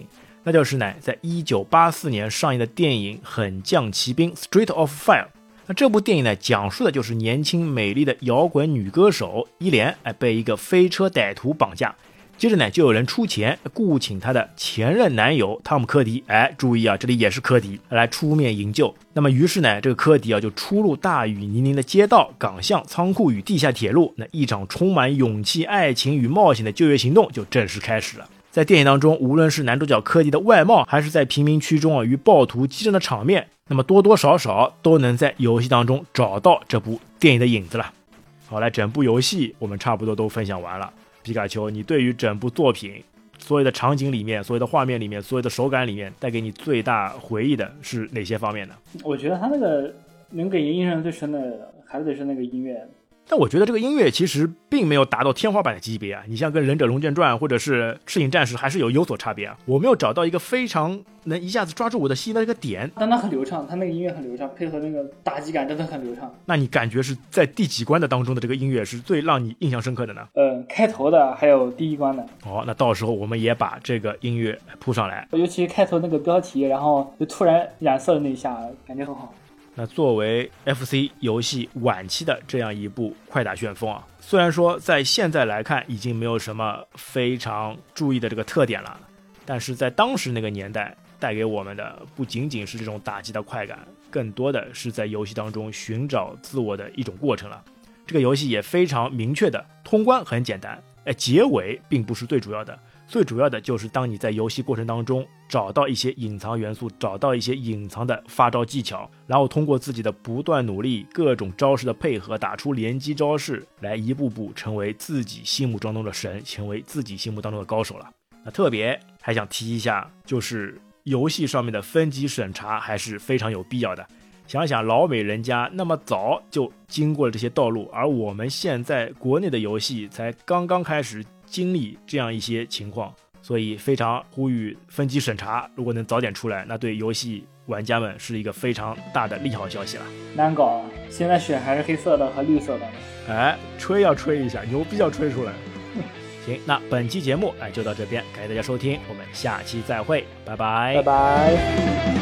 那就是呢在1984年上映的电影《狠将骑兵 Street of Fire》。那这部电影呢，讲述的就是年轻美丽的摇滚女歌手伊莲被一个飞车歹徒绑架，接着呢就有人出钱雇请她的前任男友汤姆·柯迪，注意啊，这里也是柯迪来出面营救。那么于是呢，这个柯迪就出入大雨泥泞的街道、港巷、仓库与地下铁路，那一场充满勇气、爱情与冒险的救援行动就正式开始了。在电影当中，无论是男主角柯迪的外貌，还是在贫民区中与暴徒激战的场面，那么多多少少都能在游戏当中找到这部电影的影子了。好，来，整部游戏我们差不多都分享完了。皮卡丘，你对于整部作品所有的场景里面、所有的画面里面、所有的手感里面，带给你最大回忆的是哪些方面呢？ 我觉得他那个能给人印象最深的还是得是那个音乐。 但我觉得这个音乐其实并没有达到天花板的级别啊！你像跟《忍者龙剑传》或者是《赤影战士》还是有所差别啊！我没有找到一个非常能一下子抓住我的心的这个点。 但它很流畅，它那个音乐很流畅，配合那个打击感真的很流畅。 那你感觉是在第几关的当中的这个音乐是最让你印象深刻的呢？ 开头的还有第一关的。 那到时候我们也把这个音乐铺上来， 尤其开头那个标题，然后就突然染色的那一下，感觉很好。 那作为 FC 游戏晚期的这样一部快打旋风啊，虽然说在现在来看已经没有什么非常注意的这个特点了，但是在当时那个年代带给我们的不仅仅是这种打击的快感，更多的是在游戏当中寻找自我的一种过程了。这个游戏也非常明确的，通关很简单，结尾并不是最主要的，最主要的就是当你在游戏过程当中找到一些隐藏元素，找到一些隐藏的发招技巧，然后通过自己的不断努力，各种招式的配合，打出连击招式，来一步步成为自己心目当中的神，成为自己心目当中的高手了。那特别还想提一下，就是游戏上面的分级审查还是非常有必要的。想想老美人家那么早就经过了这些道路，而我们现在国内的游戏才刚刚开始经历这样一些情况，所以非常呼吁分级审查如果能早点出来，那对游戏玩家们是一个非常大的利好消息了。 难搞啊，现在选还是黑色的和绿色的。 吹要吹一下，牛逼要吹出来。行，那本期节目就到这边，感谢大家收听，我们下期再会，拜拜。 拜拜。